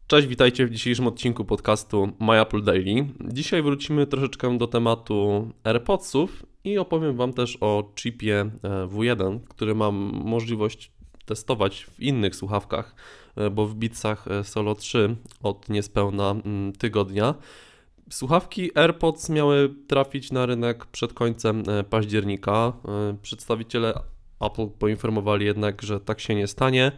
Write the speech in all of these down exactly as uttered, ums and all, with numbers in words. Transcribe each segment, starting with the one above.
Cześć, witajcie w dzisiejszym odcinku podcastu My Apple Daily. Dzisiaj wrócimy troszeczkę do tematu AirPodsów i opowiem Wam też o chipie W jeden, który mam możliwość testować w innych słuchawkach, bo w Beatsach Solo trzy od niespełna tygodnia. Słuchawki AirPods miały trafić na rynek przed końcem października. Przedstawiciele Apple poinformowali jednak, że tak się nie stanie.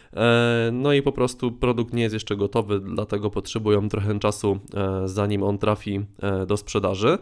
No i po prostu produkt nie jest jeszcze gotowy, dlatego potrzebują trochę czasu, zanim on trafi do sprzedaży.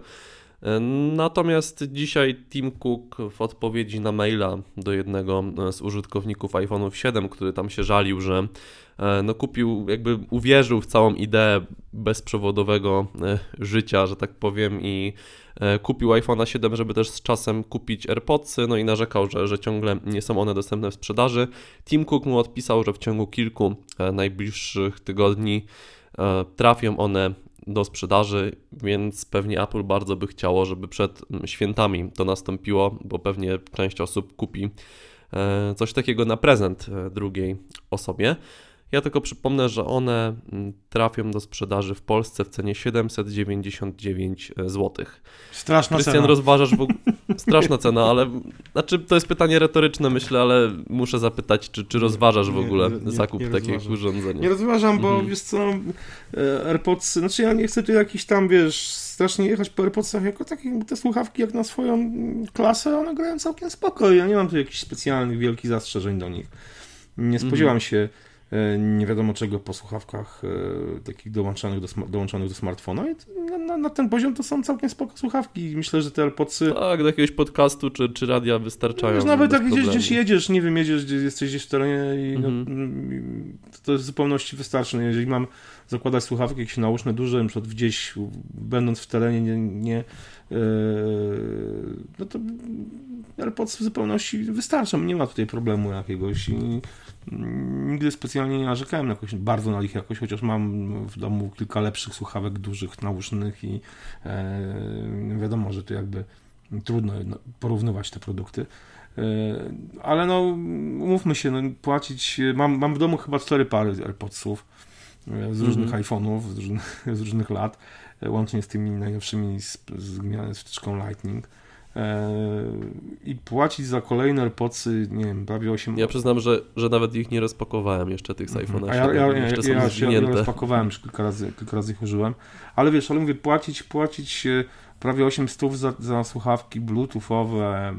Natomiast dzisiaj Tim Cook w odpowiedzi na maila do jednego z użytkowników iPhone'ów siedem, który tam się żalił, że no kupił, jakby uwierzył w całą ideę bezprzewodowego życia, że tak powiem, i kupił iPhone'a siedem, żeby też z czasem kupić AirPodsy, no i narzekał, że, że ciągle nie są one dostępne w sprzedaży. Tim Cook mu odpisał, że w ciągu kilku najbliższych tygodni trafią one do sprzedaży, więc pewnie Apple bardzo by chciało, żeby przed świętami to nastąpiło, bo pewnie część osób kupi coś takiego na prezent drugiej osobie. Ja tylko przypomnę, że one trafią do sprzedaży w Polsce w cenie siedemset dziewięćdziesiąt dziewięć złotych. Straszna Krystian, cena. rozważasz w ogóle... Straszna cena, ale znaczy to jest pytanie retoryczne, myślę, ale muszę zapytać, czy, czy rozważasz w ogóle nie, nie, zakup nie takiego rozważam. urządzenia? Nie rozważam, bo mhm. wiesz co, AirPods, znaczy ja nie chcę tu jakiś tam, wiesz, strasznie jechać po AirPodsach jako takie, te słuchawki jak na swoją klasę, one grają całkiem spoko. Ja nie mam tu jakichś specjalnych, wielkich zastrzeżeń do nich. Nie spodziewam mhm. się nie wiadomo czego po słuchawkach e, takich dołączonych do, dołączonych do smartfona i na, na, na ten poziom to są całkiem spoko słuchawki. Myślę, że te AirPodsy... Tak, do jakiegoś podcastu czy, czy radia wystarczają. Wiesz, nawet jak gdzieś, gdzieś jedziesz, nie wiem, jedziesz, gdzieś jesteś gdzieś w terenie i mm-hmm. no, to w zupełności wystarczy. No, jeżeli mam zakładać słuchawki jakieś nauszne, duże, na przykład gdzieś będąc w terenie, nie, nie e, no to AirPods w zupełności wystarczą. Nie ma tutaj problemu jakiegoś i nigdy specjalnie nie narzekałem na jakoś, bardzo na ich jakość, chociaż mam w domu kilka lepszych słuchawek dużych, nausznych i e, wiadomo, że to jakby trudno porównywać te produkty. E, ale no, umówmy się, no, płacić, mam, mam w domu chyba cztery pary AirPodsów z różnych mm-hmm. iPhone'ów, z różnych, z różnych lat, łącznie z tymi najnowszymi z, z, z wtyczką Lightning. I płacić za kolejne AirPodsy, nie wiem, prawie osiem... Ja przyznam, że, że nawet ich nie rozpakowałem jeszcze, tych z iPhone'a. A ja, ja, ja, jeszcze ja, są ja, ja rozpakowałem, już kilka razy, kilka razy ich użyłem, ale wiesz, ale mówię, płacić, płacić prawie osiem stów za, za słuchawki bluetoothowe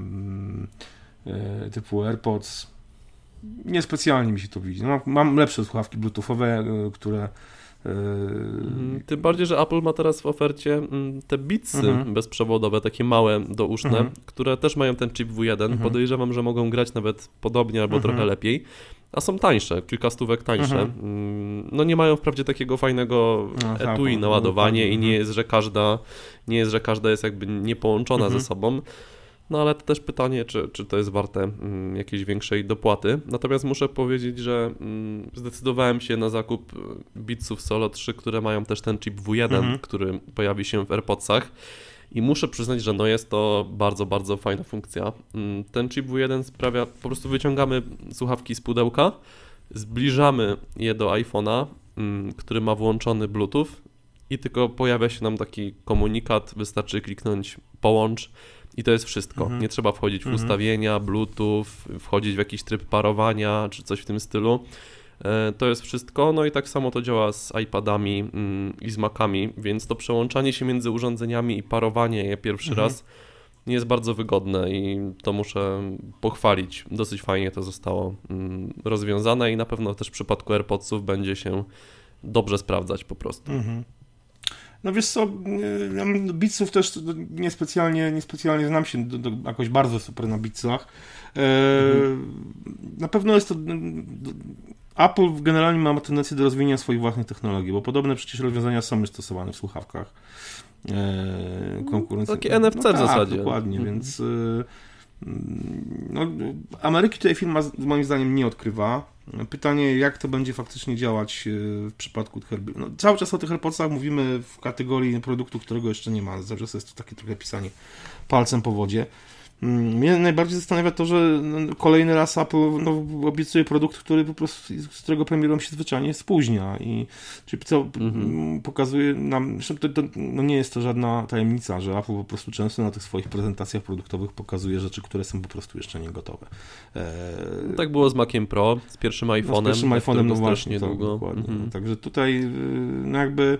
typu AirPods, niespecjalnie mi się to widzi. Mam, mam lepsze słuchawki bluetoothowe, które Tym bardziej, że Apple ma teraz w ofercie te Beatsy mhm. bezprzewodowe, takie małe, douszne, mhm. które też mają ten chip W jeden. Mhm. Podejrzewam, że mogą grać nawet podobnie albo mhm. trochę lepiej, a są tańsze, kilka stówek tańsze. Mhm. No nie mają wprawdzie takiego fajnego no, etui na ładowanie i nie jest, że każda, nie jest, że każda jest jakby niepołączona mhm. ze sobą. No ale to też pytanie, czy, czy to jest warte mm, jakiejś większej dopłaty. Natomiast muszę powiedzieć, że mm, zdecydowałem się na zakup Beatsów Solo trzy, które mają też ten chip W jeden, mhm. który pojawi się w AirPodsach. I muszę przyznać, że no jest to bardzo, bardzo fajna funkcja. Ten chip W jeden sprawia, po prostu wyciągamy słuchawki z pudełka, zbliżamy je do iPhone'a, mm, który ma włączony Bluetooth i tylko pojawia się nam taki komunikat, wystarczy kliknąć połącz. I to jest wszystko. Mhm. Nie trzeba wchodzić w mhm. ustawienia, Bluetooth, wchodzić w jakiś tryb parowania, czy coś w tym stylu. To jest wszystko. No i tak samo to działa z iPadami mm, i z Macami, więc to przełączanie się między urządzeniami i parowanie je pierwszy mhm. raz nie jest bardzo wygodne i to muszę pochwalić. Dosyć fajnie to zostało mm, rozwiązane i na pewno też w przypadku AirPodsów będzie się dobrze sprawdzać po prostu. Mhm. No wiesz co, Beatsów też niespecjalnie, niespecjalnie znam się do, do, jakoś bardzo super na Beatsach. E, mhm. Na pewno jest to... Apple generalnie ma tendencję do rozwijania swoich własnych technologii, bo podobne przecież rozwiązania są już stosowane w słuchawkach e, konkurencyjnych. Takie N F C no, w tak, zasadzie. Dokładnie, mhm. więc e, no, Ameryki tutaj firma moim zdaniem nie odkrywa. Pytanie, jak to będzie faktycznie działać w przypadku tych AirPodsów. No, cały czas o tych AirPodsach mówimy w kategorii produktu, którego jeszcze nie ma. Zawsze jest to takie trochę pisanie palcem po wodzie. Mnie najbardziej zastanawia to, że kolejny raz Apple no, obiecuje produkt, który po prostu, z którego premierą się zwyczajnie spóźnia i czyli co mhm. pokazuje nam, że to, to no nie jest to żadna tajemnica, że Apple po prostu często na tych swoich prezentacjach produktowych pokazuje rzeczy, które są po prostu jeszcze nie gotowe. E... Tak było z Maciem Pro, z pierwszym iPhone'em. No, z pierwszym iPhone'em, no właśnie, to, długo. Dokładnie. Mhm. Także tutaj no jakby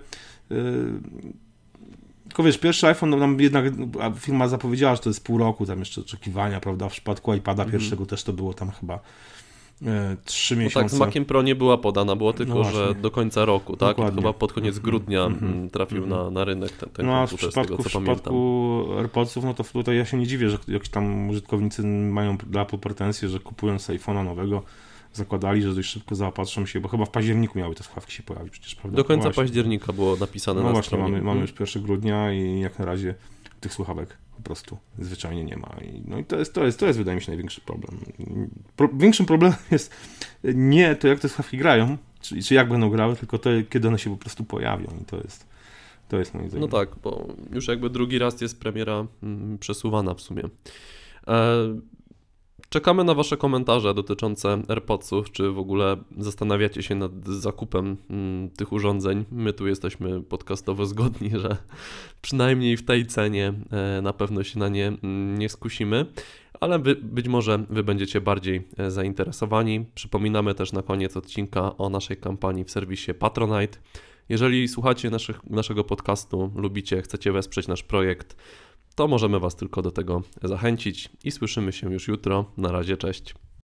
tylko wiesz, pierwszy iPhone, no nam jednak firma zapowiedziała, że to jest pół roku, tam jeszcze oczekiwania, prawda, w przypadku iPada mm. pierwszego też to było tam chyba e, trzy miesiące. No tak, z Maciem Pro nie była podana, było tylko, no że do końca roku, tak? Dokładnie. Chyba pod koniec grudnia mm-hmm. trafił mm-hmm. na, na rynek ten, ten no, komputer, a w przypadku, z tego, co w przypadku AirPodsów, no to tutaj ja się nie dziwię, że jak tam użytkownicy mają dla Apple pretensje, że kupując iPhone'a nowego zakładali, że dość szybko zaopatrzą się, bo chyba w październiku miały te słuchawki się pojawić przecież, prawda? Do końca no października było napisane no na właśnie, stronie. mamy, mamy już pierwszego grudnia i jak na razie tych słuchawek po prostu zwyczajnie nie ma. I, no i to jest, to jest, to jest wydaje mi się największy problem. Pro, większym problemem jest nie to, jak te słuchawki grają, czy, czy jak będą grały, tylko to, kiedy one się po prostu pojawią i to jest to jest moim zdaniem. No tak, bo już jakby drugi raz jest premiera mm, przesuwana w sumie. E, Czekamy na Wasze komentarze dotyczące AirPodsów, czy w ogóle zastanawiacie się nad zakupem mm, tych urządzeń. My tu jesteśmy podcastowo zgodni, że przynajmniej w tej cenie e, na pewno się na nie mm, nie skusimy, ale wy, być może Wy będziecie bardziej e, zainteresowani. Przypominamy też na koniec odcinka o naszej kampanii w serwisie Patronite. Jeżeli słuchacie naszych, naszego podcastu, lubicie, chcecie wesprzeć nasz projekt, to możemy Was tylko do tego zachęcić i słyszymy się już jutro. Na razie, cześć.